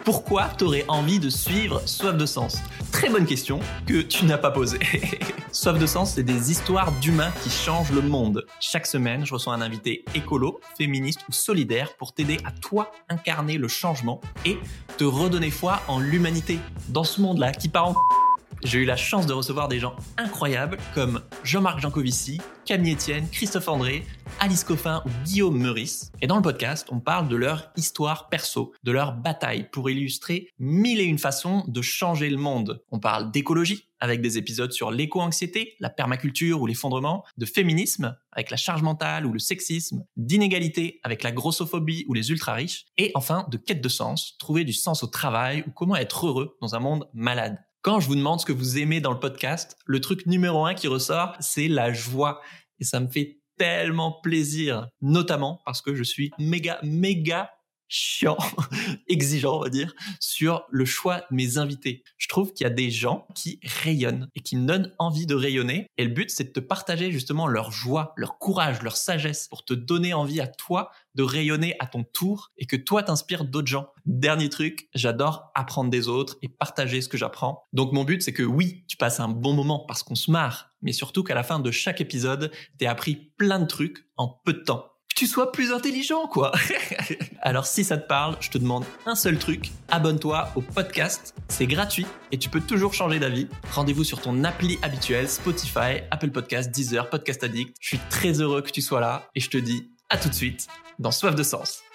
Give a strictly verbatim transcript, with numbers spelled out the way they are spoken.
Pourquoi t'aurais envie de suivre Soif de Sens ? Très bonne question que tu n'as pas posée. Soif de Sens, c'est des histoires d'humains qui changent le monde. Chaque semaine, je reçois un invité écolo, féministe ou solidaire pour t'aider à toi incarner le changement et te redonner foi en l'humanité. Dans ce monde-là qui part en... J'ai eu la chance de recevoir des gens incroyables comme Jean-Marc Jancovici, Camille Etienne, Christophe André, Alice Coffin ou Guillaume Meurice. Et dans le podcast, on parle de leur histoire perso, de leur bataille pour illustrer mille et une façons de changer le monde. On parle d'écologie avec des épisodes sur l'éco-anxiété, la permaculture ou l'effondrement, de féminisme avec la charge mentale ou le sexisme, d'inégalité avec la grossophobie ou les ultra-riches, et enfin de quête de sens, trouver du sens au travail ou comment être heureux dans un monde malade. Quand je vous demande ce que vous aimez dans le podcast, le truc numéro un qui ressort, c'est la joie. Et ça me fait tellement plaisir, notamment parce que je suis méga, méga chiant, exigeant, on va dire, sur le choix de mes invités. Je trouve qu'il y a des gens qui rayonnent et qui me donnent envie de rayonner. Et le but, c'est de te partager justement leur joie, leur courage, leur sagesse pour te donner envie à toi de rayonner à ton tour et que toi t'inspires d'autres gens. Dernier truc, j'adore apprendre des autres et partager ce que j'apprends. Donc mon but, c'est que oui, tu passes un bon moment parce qu'on se marre, mais surtout qu'à la fin de chaque épisode, t'aies appris plein de trucs en peu de temps. Que tu sois plus intelligent, quoi. Alors si ça te parle, je te demande un seul truc, abonne-toi au podcast, c'est gratuit et tu peux toujours changer d'avis. Rendez-vous sur ton appli habituelle, Spotify, Apple Podcasts, Deezer, Podcast Addict. Je suis très heureux que tu sois là et je te dis à tout de suite dans Soif de Sens.